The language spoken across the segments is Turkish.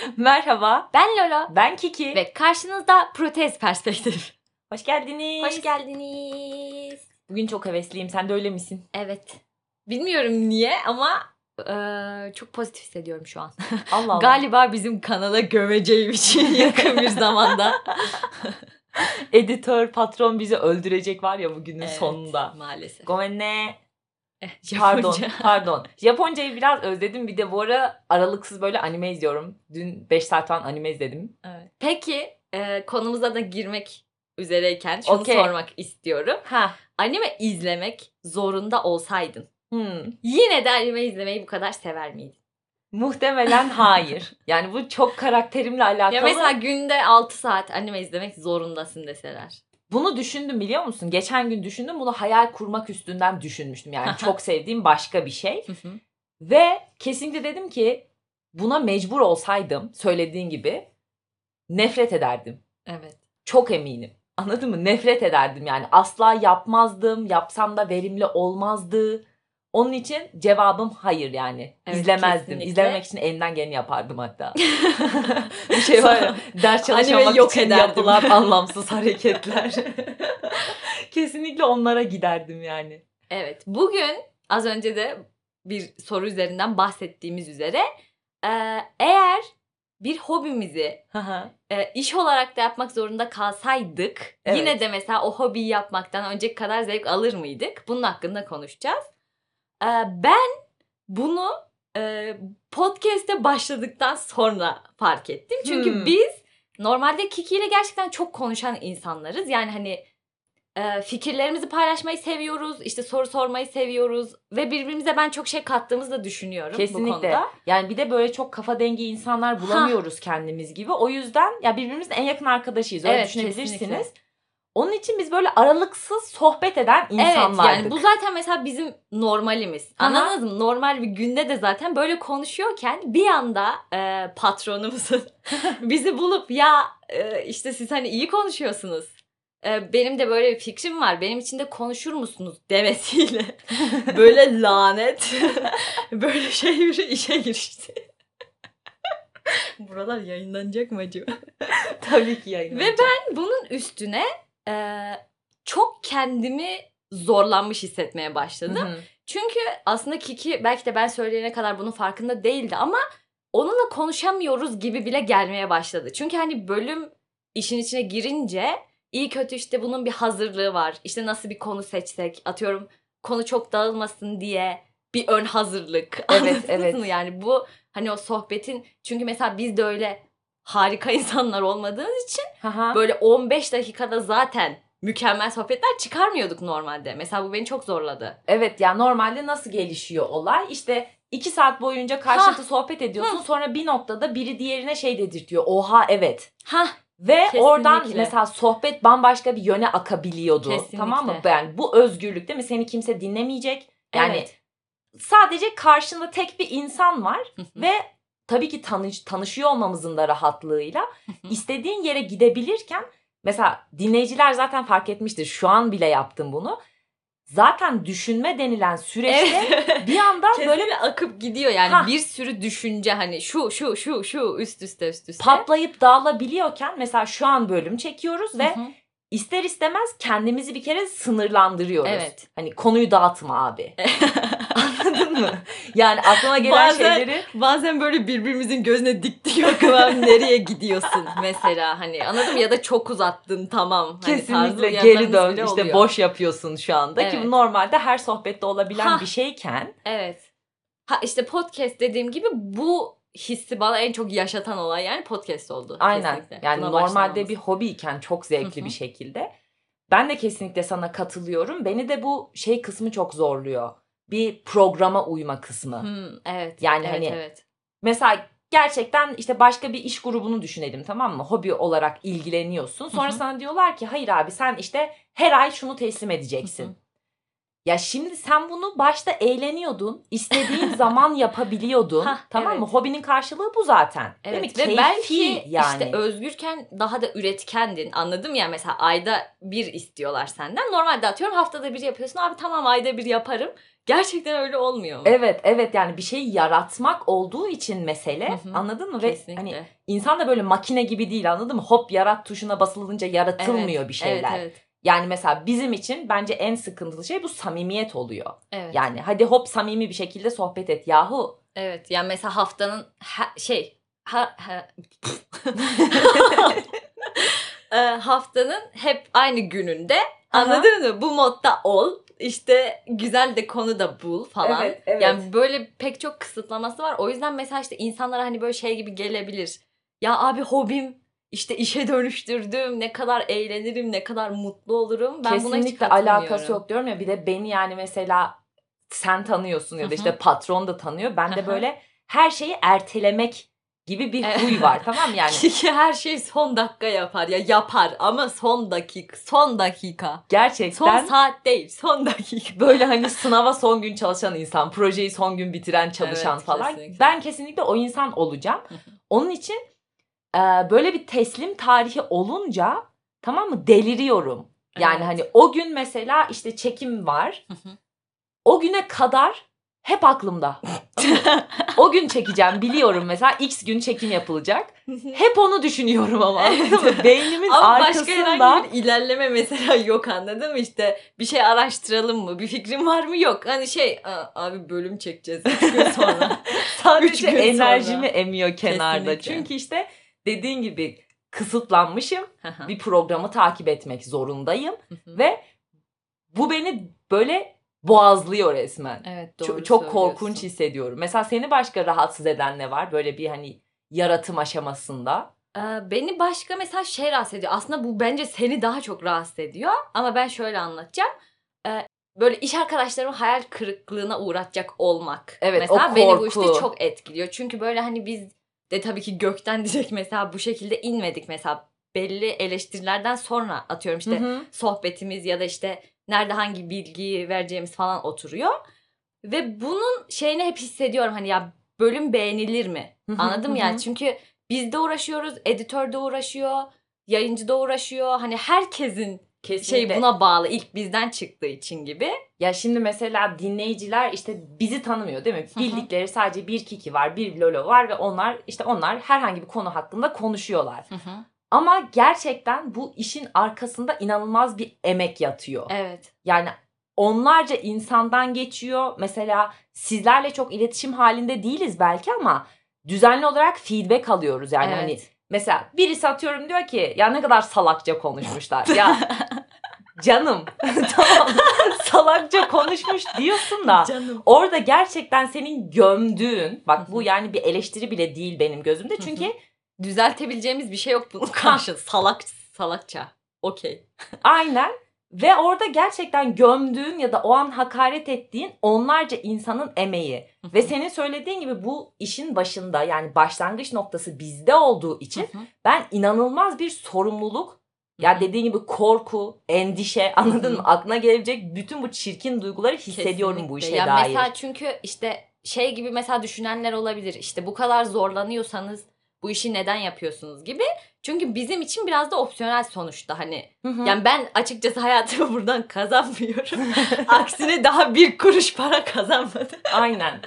Merhaba, Ben Lolo ben Kiki. ve karşınızda Protez Perspektif. Hoş geldiniz. Hoş geldiniz. Bugün çok hevesliyim. Sen de öyle misin? Evet. Bilmiyorum niye ama çok pozitif hissediyorum şu an. Allah Allah. Galiba bizim kanala gömeceğim için yakın bir zamanda. Editör, patron bizi öldürecek var ya bugünün Evet, sonunda. maalesef. Gomenne. Japonca. Pardon. Japoncayı biraz özledim. Bir de bu ara aralıksız böyle anime izliyorum. Dün 5 saat falan anime izledim. Evet. Peki konumuza da girmek üzereyken şunu Okey. sormak istiyorum. Ha. Anime izlemek zorunda olsaydın yine de anime izlemeyi bu kadar sever miydin? Muhtemelen hayır. Yani bu çok karakterimle alakalı. Ya mesela günde 6 saat anime izlemek zorundasın deseler. Bunu düşündüm biliyor musun? Geçen gün düşündüm. Bunu hayal kurmak üstünden düşünmüştüm. Yani çok sevdiğim başka bir şey. Ve kesinlikle dedim ki buna mecbur olsaydım söylediğin gibi nefret ederdim. Evet. Çok eminim. Anladın mı? Nefret ederdim yani. Asla yapmazdım. Yapsam da verimli olmazdı. Onun için cevabım hayır yani. Evet, İzlemezdim. kesinlikle. İzlemek için elimden geleni yapardım hatta. Bir şey var ya, ders çalışmamak yok için ederdim. yapılan anlamsız hareketler. Kesinlikle onlara giderdim yani. Evet. Bugün az önce de bir soru üzerinden bahsettiğimiz üzere eğer bir hobimizi iş olarak da yapmak zorunda kalsaydık Evet. yine de mesela o hobiyi yapmaktan önceki kadar zevk alır mıydık? Bunun hakkında konuşacağız. Ben bunu podcast'e başladıktan sonra fark ettim. Çünkü biz normalde Kiki ile gerçekten çok konuşan insanlarız. Yani hani fikirlerimizi paylaşmayı seviyoruz. İşte soru sormayı seviyoruz. Ve birbirimize ben çok şey kattığımızı da düşünüyorum Kesinlikle. bu konuda. Yani bir de böyle çok kafa dengi insanlar bulamıyoruz kendimiz gibi. O yüzden ya birbirimizin en yakın arkadaşıyız. Öyle Evet, düşünebilirsiniz. kesinlikle. Onun için biz böyle aralıksız sohbet eden insanlardık. Evet, yani bu zaten mesela bizim normalimiz. Anladınız mı? Normal bir günde de zaten böyle konuşuyorken bir anda patronumuzun bizi bulup ya işte siz hani iyi konuşuyorsunuz. Benim de böyle bir fikrim var. Benim için de konuşur musunuz demesiyle böyle lanet böyle şey bir işe girişti. Buralar yayınlanacak mı acaba? Tabii ki yayınlanacak. Ve ben bunun üstüne çok kendimi zorlanmış hissetmeye başladım. Çünkü aslında Kiki belki de ben söyleyene kadar bunun farkında değildi ama onunla konuşamıyoruz gibi bile gelmeye başladı. Çünkü hani bölüm işin içine girince iyi kötü işte bunun bir hazırlığı var. İşte nasıl bir konu seçsek, atıyorum konu çok dağılmasın diye bir ön hazırlık. Evet. Mı? Yani bu hani o sohbetin, çünkü mesela biz de öyle harika insanlar olmadığımız için böyle 15 dakikada zaten mükemmel sohbetler çıkarmıyorduk normalde. Mesela bu beni çok zorladı. Evet, yani normalde nasıl gelişiyor olay? İşte 2 saat boyunca karşılıklı sohbet ediyorsun. Sonra bir noktada biri diğerine şey dedirtiyor. Oha evet. Ve kesinlikle. Oradan mesela sohbet bambaşka bir yöne akabiliyordu. Kesinlikle. Tamam mı? Yani bu özgürlük değil mi? Seni kimse dinlemeyecek. Yani Evet. sadece karşında tek bir insan var ve tabii ki tanışıyor olmamızın da rahatlığıyla istediğin yere gidebilirken mesela dinleyiciler zaten fark etmiştir. Şu an bile yaptım bunu. Zaten düşünme denilen süreçte bir yandan böyle akıp gidiyor yani bir sürü düşünce hani şu üst üste. Patlayıp dağılabiliyorken mesela şu an bölüm çekiyoruz ve ister istemez kendimizi bir kere sınırlandırıyoruz. Evet. Hani konuyu dağıtma abi. Anladın mı? Yani aklıma gelen şeyleri... Bazen böyle birbirimizin gözüne diktik bakıyorum nereye gidiyorsun mesela, hani anladın mı? Ya da çok uzattın, tamam. Kesinlikle hani geri dön işte oluyor. Boş yapıyorsun şu anda. Evet. Ki bu normalde her sohbette olabilen bir şeyken. Evet. İşte podcast dediğim gibi bu hissi bana en çok yaşatan olay yani podcast oldu. Aynen. Kesinlikle. Yani normalde bir hobiyken çok zevkli bir şekilde. Ben de kesinlikle sana katılıyorum. Beni de bu şey kısmı çok zorluyor. Bir programa uyma kısmı. Evet. Yani hani mesela gerçekten işte başka bir iş grubunu düşünelim, tamam mı? Hobi olarak ilgileniyorsun. Sonra sana diyorlar ki hayır abi sen işte her ay şunu teslim edeceksin. Ya şimdi sen bunu başta eğleniyordun. İstediğin zaman yapabiliyordun. Tamam mı? Evet. Hobinin karşılığı bu zaten. Evet. Değil mi? Ve Keyfi belki yani. işte özgürken daha da üretkendin. Anladım ya, mesela ayda bir istiyorlar senden. Normalde atıyorum haftada bir yapıyorsun. Abi tamam, ayda bir yaparım. Gerçekten öyle olmuyor mu? Evet yani bir şey yaratmak olduğu için mesele, anladın mı? Kesinlikle. Ve hani insan da böyle makine gibi değil, anladın mı? Hop yarat tuşuna basılınca yaratılmıyor bir şeyler. Evet. Yani mesela bizim için bence en sıkıntılı şey bu samimiyet oluyor. Evet. Yani hadi hop samimi bir şekilde sohbet et yahu. Evet. Yani mesela haftanın haftanın hep aynı gününde, anladın mı? Bu modda ol. İşte güzel de konu da bul falan. Evet. Yani böyle pek çok kısıtlaması var. O yüzden mesela işte insanlara hani böyle şey gibi gelebilir. Ya abi hobim işte işe dönüştürdüm. Ne kadar eğlenirim, ne kadar mutlu olurum. Ben buna hiç Kesinlikle katılmıyorum. alakası yok diyorum ya. Bir de beni yani mesela sen tanıyorsun ya da işte patron da tanıyor. Ben de böyle her şeyi ertelemek gibi bir huy var, tamam mı? Yani Ki her şey son dakika yapar ya, yapar ama son dakika. gerçekten Son saat değil, son dakika. böyle hani sınava son gün çalışan insan, projeyi son gün bitiren çalışan Evet, falan. kesinlikle. Ben kesinlikle o insan olacağım. Onun için böyle bir teslim tarihi olunca, tamam mı, deliriyorum. Yani Evet. hani o gün mesela işte çekim var. O güne kadar hep aklımda. O gün çekeceğim biliyorum, mesela X gün çekim yapılacak. Hep onu düşünüyorum ama, anladın mı? Beynimin ama arkasında. başka herhangi bir ilerleme mesela yok, anladın mı? İşte bir şey araştıralım mı? Bir fikrin var mı? Yok. Hani abi bölüm çekeceğiz 3 gün sonra. Sadece 3 gün enerjimi sonra. emiyor kenarda. Kesinlikle. Çünkü işte dediğin gibi kısıtlanmışım. Bir programı takip etmek zorundayım. Ve bu beni böyle boğazlıyor resmen. Evet, doğru çok korkunç hissediyorum. Mesela seni başka rahatsız eden ne var? Böyle bir hani yaratım aşamasında. Beni başka mesela şey rahatsız ediyor. Aslında bu bence seni daha çok rahatsız ediyor. Ama ben şöyle anlatacağım. Böyle iş arkadaşlarımı hayal kırıklığına uğratacak olmak. Evet, mesela o korku. beni bu işte çok etkiliyor. Çünkü böyle hani biz de tabii ki gökten direkt mesela bu şekilde inmedik. Mesela belli eleştirilerden sonra atıyorum işte sohbetimiz ya da işte nerede hangi bilgiyi vereceğimiz falan oturuyor. Ve bunun şeyini hep hissediyorum, hani ya bölüm beğenilir mi? Anladın mı yani? Çünkü biz de uğraşıyoruz, editör de uğraşıyor, yayıncı da uğraşıyor. Hani herkesin Kesinlikle. buna bağlı, ilk bizden çıktığı için gibi. Ya şimdi mesela dinleyiciler işte bizi tanımıyor değil mi? Bildikleri sadece bir Kiki var, bir Lolo var ve onlar herhangi bir konu hakkında konuşuyorlar. Ama gerçekten bu işin arkasında inanılmaz bir emek yatıyor. Evet. Yani onlarca insandan geçiyor. Mesela sizlerle çok iletişim halinde değiliz belki ama düzenli olarak feedback alıyoruz. Yani hani mesela birisi atıyorum diyor ki ya ne kadar salakça konuşmuşlar. Ya canım tamam salakça konuşmuş diyorsun da orada gerçekten senin gömdüğün, bak bu yani bir eleştiri bile değil benim gözümde. Çünkü düzeltebileceğimiz bir şey yok bunun karşı. Salakça. Okey. Aynen. Ve orada gerçekten gömdüğün ya da o an hakaret ettiğin onlarca insanın emeği. Ve senin söylediğin gibi bu işin başında, yani başlangıç noktası bizde olduğu için ben inanılmaz bir sorumluluk, ya dediğin gibi korku, endişe, anladın mı? Aklına gelebilecek bütün bu çirkin duyguları hissediyorum. Kesinlikle. Bu işe ya dair. Mesela çünkü işte şey gibi mesela düşünenler olabilir. İşte bu kadar zorlanıyorsanız bu işi neden yapıyorsunuz gibi. Çünkü bizim için biraz da opsiyonel sonuçta hani. Yani ben açıkçası hayatımı buradan kazanmıyorum. Aksine daha bir kuruş para kazanmadım. Aynen.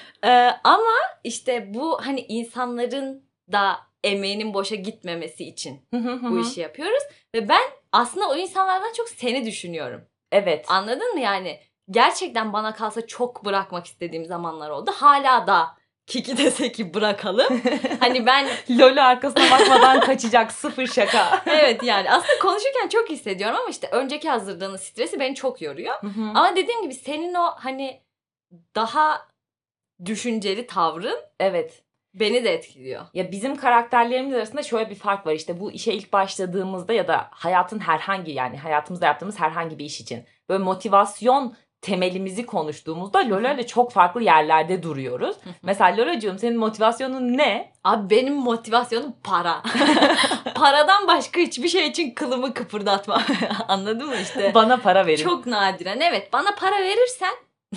Ama işte bu hani insanların da emeğinin boşa gitmemesi için bu işi yapıyoruz. Ve ben aslında o insanlardan çok seni düşünüyorum. Evet. Anladın mı yani? Gerçekten bana kalsa çok bırakmak istediğim zamanlar oldu. Hala da Kiki dese ki bırakalım. Hani ben Lolo arkasına bakmadan kaçacak, sıfır şaka. Evet yani aslında konuşurken çok hissediyorum ama işte önceki hazırlığının stresi beni çok yoruyor. Ama dediğim gibi senin o hani daha düşünceli tavrın beni de etkiliyor. Ya bizim karakterlerimiz arasında şöyle bir fark var. İşte bu işe ilk başladığımızda ya da hayatın herhangi, yani hayatımızda yaptığımız herhangi bir iş için böyle motivasyon temelimizi konuştuğumuzda Lola ile çok farklı yerlerde duruyoruz. Mesela Lolacığım senin motivasyonun ne? Abi benim motivasyonum para. Paradan başka hiçbir şey için kılımı kıpırdatma. Anladın mı işte? Bana para verin. Çok nadiren. Evet, bana para verirsen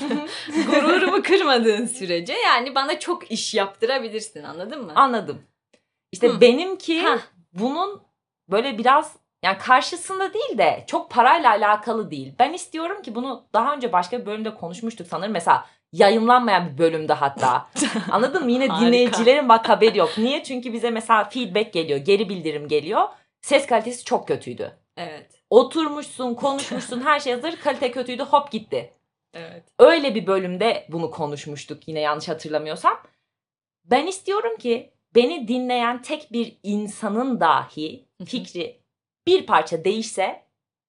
gururumu kırmadığın sürece yani bana çok iş yaptırabilirsin, anladın mı? Anladım. İşte benimki bunun böyle biraz yani karşısında değil de çok parayla alakalı değil. Ben istiyorum ki bunu daha önce başka bir bölümde konuşmuştuk sanırım. Mesela yayınlanmayan bir bölümde hatta. Anladın mı? Yine dinleyicilerin bak haberi yok. Niye? Çünkü bize mesela feedback geliyor, geri bildirim geliyor. Ses kalitesi çok kötüydü. Evet. Oturmuşsun, konuşmuşsun, her şey hazır, kalite kötüydü, hop gitti. Evet. Öyle bir bölümde bunu konuşmuştuk yine yanlış hatırlamıyorsam. Ben istiyorum ki beni dinleyen tek bir insanın dahi fikri bir parça değişse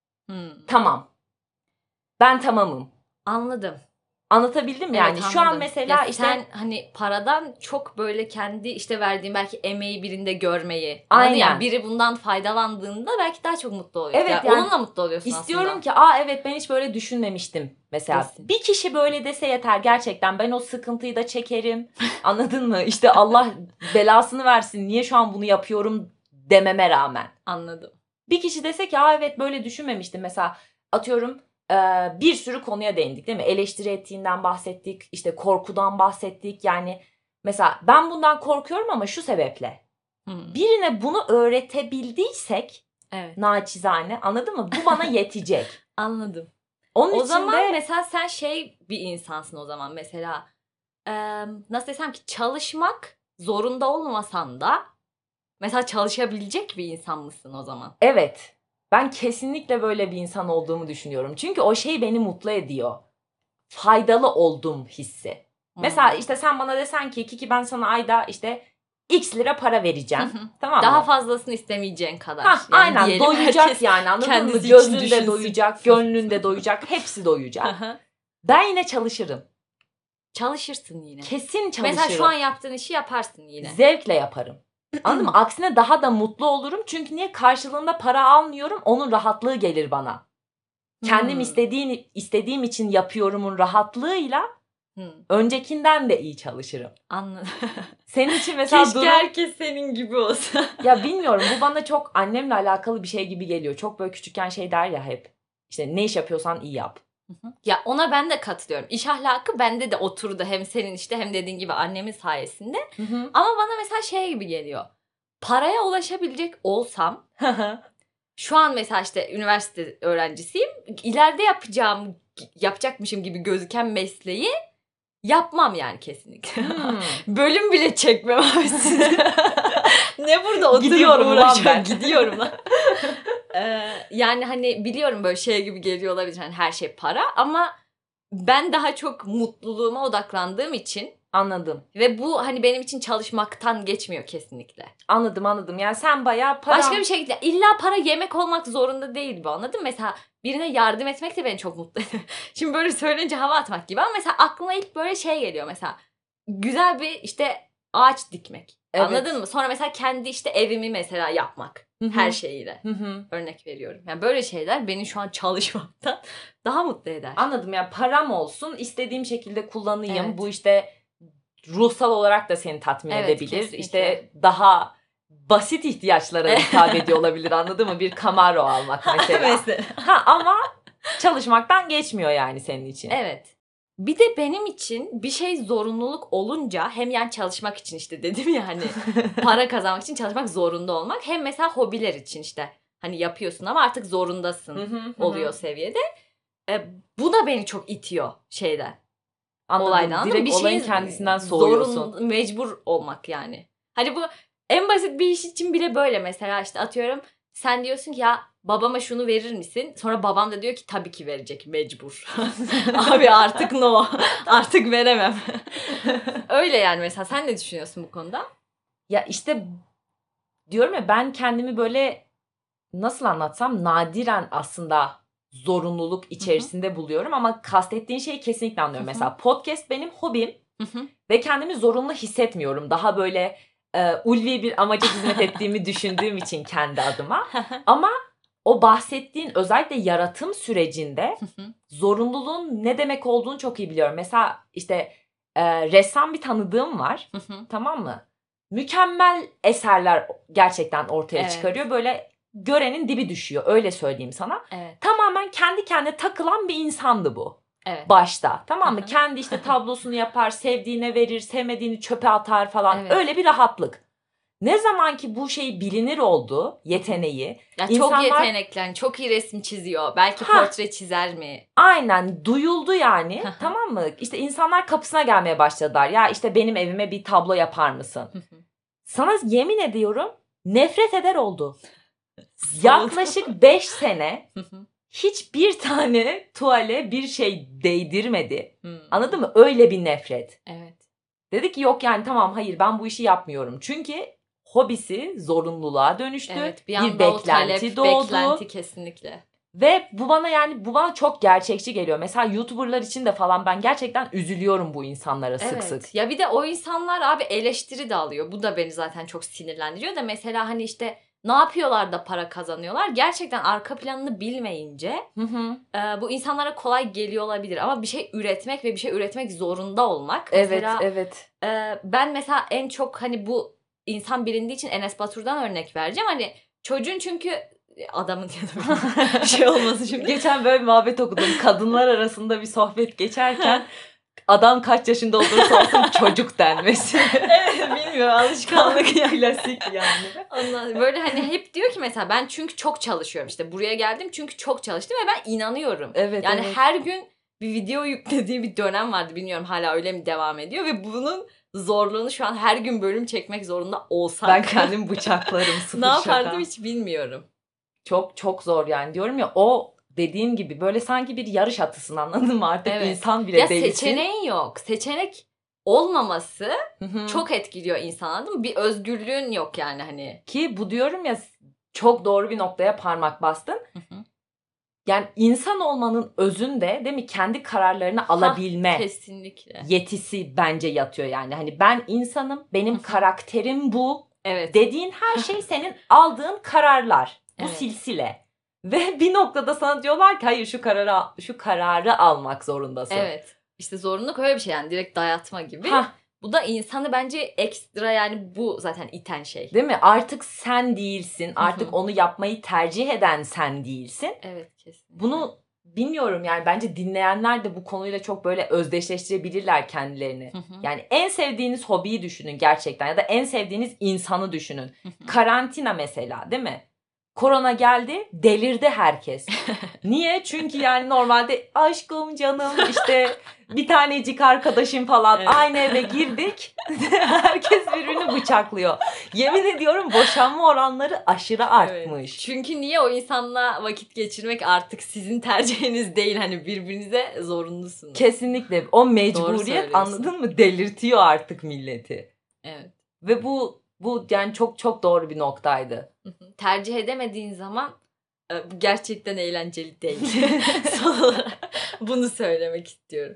tamam. Ben tamamım. Anladım. Anlatabildim mi? Evet, Yani anladım. şu an mesela ya işte sen hani paradan çok böyle kendi işte verdiğin belki emeği birinde görmeyi. Aynen. Yani biri bundan faydalandığında belki daha çok mutlu oluyorsun. Evet, yani onunla mutlu oluyorsun istiyorum aslında. ki evet ben hiç böyle düşünmemiştim mesela. Kesin. Bir kişi böyle dese yeter gerçekten, ben o sıkıntıyı da çekerim. Anladın mı? İşte Allah belasını versin, niye şu an bunu yapıyorum dememe rağmen. Anladım. Bir kişi dese ki evet böyle düşünmemiştim mesela, atıyorum bir sürü konuya değindik değil mi? Eleştiri ettiğinden bahsettik, işte korkudan bahsettik. Yani mesela ben bundan korkuyorum ama şu sebeple. Birine bunu öğretebildiysek naçizane, anladın mı? Bu bana yetecek. Anladım. Onun o için zaman de mesela sen bir insansın o zaman mesela nasıl desem ki çalışmak zorunda olmasan da mesela çalışabilecek bir insan mısın o zaman? Evet. Ben kesinlikle böyle bir insan olduğumu düşünüyorum. Çünkü o şey beni mutlu ediyor. Faydalı olduğum hissi. Mesela işte sen bana desen ki Kiki ben sana ayda işte X lira para vereceğim. Tamam mı? Daha fazlasını istemeyeceğin kadar. Yani aynen doyacak yani, anladın mı? Gözün de doyacak, gönlün de doyacak, hepsi doyacak. Ben yine çalışırım. Çalışırsın yine. Kesin çalışırım. Mesela şu an yaptığın işi yaparsın yine. Zevkle yaparım. Anladın mı? Aksine daha da mutlu olurum. Çünkü niye? Karşılığında para almıyorum. Onun rahatlığı gelir bana. Kendim istediğim için yapıyorumun rahatlığıyla öncekinden de iyi çalışırım. Anladım. Senin için mesela Keşke herkes senin gibi olsa. Ya bilmiyorum, bu bana çok annemle alakalı bir şey gibi geliyor. Çok böyle küçükken şey der ya hep. İşte ne iş yapıyorsan iyi yap. Ya ona ben de katılıyorum. İş ahlakı bende de oturdu. Hem senin işte hem dediğin gibi annemin sayesinde. Ama bana mesela şey gibi geliyor. Paraya ulaşabilecek olsam şu an mesela işte üniversite öğrencisiyim. İleride yapacakmışım gibi gözüken mesleği yapmam yani kesinlikle. Bölüm bile çekmem abi size. Ne burada oturup uğraşıyorum. Gidiyorum lan. Yani hani biliyorum böyle şey gibi geliyor olabilir. Hani her şey para ama ben daha çok mutluluğuma odaklandığım için. Anladım. Ve bu hani benim için çalışmaktan geçmiyor kesinlikle. Anladım. Yani sen bayağı para... Başka bir şey değil. İlla para yemek olmak zorunda değil bu, anladın mı? Mesela birine yardım etmek de beni çok mutlu ediyor. Şimdi böyle söyleyince hava atmak gibi ama mesela aklıma ilk böyle şey geliyor mesela. Güzel bir işte ağaç dikmek. Evet. Anladın mı? Sonra mesela kendi işte evimi mesela yapmak. Her şeyiyle. Örnek veriyorum. Yani böyle şeyler beni şu an çalışmaktan daha mutlu eder. Anladım ya, param olsun, istediğim şekilde kullanayım. Evet. Bu işte ruhsal olarak da seni tatmin edebilir. Kesinlikle. İşte daha basit ihtiyaçlara hitap ediyor olabilir, anladın mı? Bir Camaro almak mesela. Ama çalışmaktan geçmiyor yani senin için. Evet. Bir de benim için bir şey zorunluluk olunca hem yani çalışmak için işte dedim ya hani para kazanmak için çalışmak zorunda olmak, hem mesela hobiler için işte hani yapıyorsun ama artık zorundasın oluyor seviyede. Bu da beni çok itiyor şeyden. Anladım. Olaydan. Direkt bir olayın kendisinden soğuyorsun. Mecbur olmak yani. Hani bu en basit bir iş için bile böyle, mesela işte atıyorum sen diyorsun ki ya babama şunu verir misin? Sonra babam da diyor ki tabii ki verecek, mecbur. Abi artık no. Artık veremem. Öyle yani, mesela sen ne düşünüyorsun bu konuda? Ya işte diyorum ya, ben kendimi böyle nasıl anlatsam nadiren aslında zorunluluk içerisinde buluyorum ama kastettiğin şeyi kesinlikle anlıyorum. Mesela podcast benim hobim ve kendimi zorunlu hissetmiyorum. Daha böyle ulvi bir amaca hizmet ettiğimi düşündüğüm için kendi adıma. Ama o bahsettiğin özellikle yaratım sürecinde zorunluluğun ne demek olduğunu çok iyi biliyorum. Mesela işte ressam bir tanıdığım var. Tamam mı? Mükemmel eserler gerçekten ortaya çıkarıyor. Böyle görenin dibi düşüyor. Öyle söyleyeyim sana. Evet. Tamamen kendi kendine takılan bir insandı bu. Evet. Başta. Tamam mı? Kendi işte tablosunu yapar, sevdiğine verir, sevmediğini çöpe atar falan. Evet. Öyle bir rahatlık. Ne zaman ki bu şey bilinir oldu, yeteneği. Ya insanlar, çok yetenekli, yani çok iyi resim çiziyor. Belki portre çizer mi? Aynen, duyuldu yani. Tamam mı? İşte insanlar kapısına gelmeye başladılar. Ya işte benim evime bir tablo yapar mısın? Sana yemin ediyorum nefret eder oldu. Yaklaşık 5 sene hiçbir tane tuvale bir şey değdirmedi. Anladın mı? Öyle bir nefret. Evet. Dedi ki yok yani tamam, hayır, ben bu işi yapmıyorum. Çünkü hobisi zorunluluğa dönüştü. Evet, bir beklenti doğdu. Beklenti kesinlikle. Ve bu bana çok gerçekçi geliyor. Mesela YouTuber'lar için de falan ben gerçekten üzülüyorum bu insanlara sık sık. Ya bir de o insanlar abi eleştiri de alıyor. Bu da beni zaten çok sinirlendiriyor da mesela hani işte ne yapıyorlar da para kazanıyorlar? Gerçekten arka planını bilmeyince bu insanlara kolay geliyor olabilir. Ama bir şey üretmek ve bir şey üretmek zorunda olmak. Mesela, Evet. Ben mesela en çok hani bu insan bilindiği için Enes Batur'dan örnek vereceğim. Hani çocuğun çünkü adamın ya da bir şey olmasın şimdi. Geçen böyle bir muhabbet okudum. Kadınlar arasında bir sohbet geçerken adam kaç yaşında olursa olsun çocuk denmesi. Evet, bilmiyorum, alışkanlık ya. Klasik yani. Ondan böyle hani hep diyor ki mesela ben çünkü çok çalışıyorum, işte buraya geldim çünkü çok çalıştım ve ben inanıyorum. Evet, yani her gün bir video yüklediği bir dönem vardı, bilmiyorum hala öyle mi devam ediyor ve bunun zorluğunu şu an her gün bölüm çekmek zorunda olsak. Ben kendim bıçaklarım, sıfır ne yapardım şaka. hiç bilmiyorum. Çok çok zor yani, diyorum ya, o dediğin gibi böyle sanki bir yarış atısın, anladın mı, artık insan bile değilsin. Ya seçeneğin yok. Seçenek olmaması çok etkiliyor insan, anladın mı? Bir özgürlüğün yok yani hani. Ki bu diyorum ya, çok doğru bir noktaya parmak bastın. Yani insan olmanın özünde değil mi, kendi kararlarını alabilme kesinlikle yetisi bence yatıyor yani. Hani ben insanım, benim karakterim bu. Evet. Dediğin her şey senin aldığın kararlar. Bu silsile. Ve bir noktada sana diyorlar ki hayır, şu kararı almak zorundasın. Evet. İşte zorunluluk öyle bir şey yani, direkt dayatma gibi. Bu da insanı bence ekstra, yani bu zaten iten şey. Değil mi? Artık sen değilsin. Artık onu yapmayı tercih eden sen değilsin. Evet, kesinlikle. Bunu bilmiyorum yani, bence dinleyenler de bu konuyla çok böyle özdeşleştirebilirler kendilerini. Yani en sevdiğiniz hobiyi düşünün gerçekten, ya da en sevdiğiniz insanı düşünün. Karantina mesela, değil mi? Korona geldi, delirdi herkes. Niye? Çünkü yani normalde aşkım, canım, işte bir tanecik arkadaşım falan, aynı eve girdik. Herkes birbirini bıçaklıyor. Yemin ediyorum boşanma oranları aşırı artmış. Çünkü niye? O insanla vakit geçirmek artık sizin tercihiniz değil. Hani birbirinize zorunlusunuz. Kesinlikle. O mecburiyet, anladın mı? Delirtiyor artık milleti. Evet. Ve bu yani çok çok doğru bir noktaydı. Tercih edemediğin zaman bu gerçekten eğlenceli değil. Son olarak bunu söylemek istiyorum.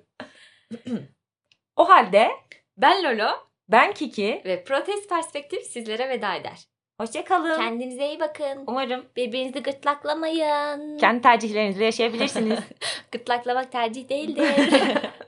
O halde ben Lolo, ben Kiki ve Protest Perspektif sizlere veda eder. Hoşça kalın. Kendinize iyi bakın. Umarım birbirinizi gırtlaklamayın. kendi tercihlerinizle yaşayabilirsiniz. Gırtlaklamak tercih değildir.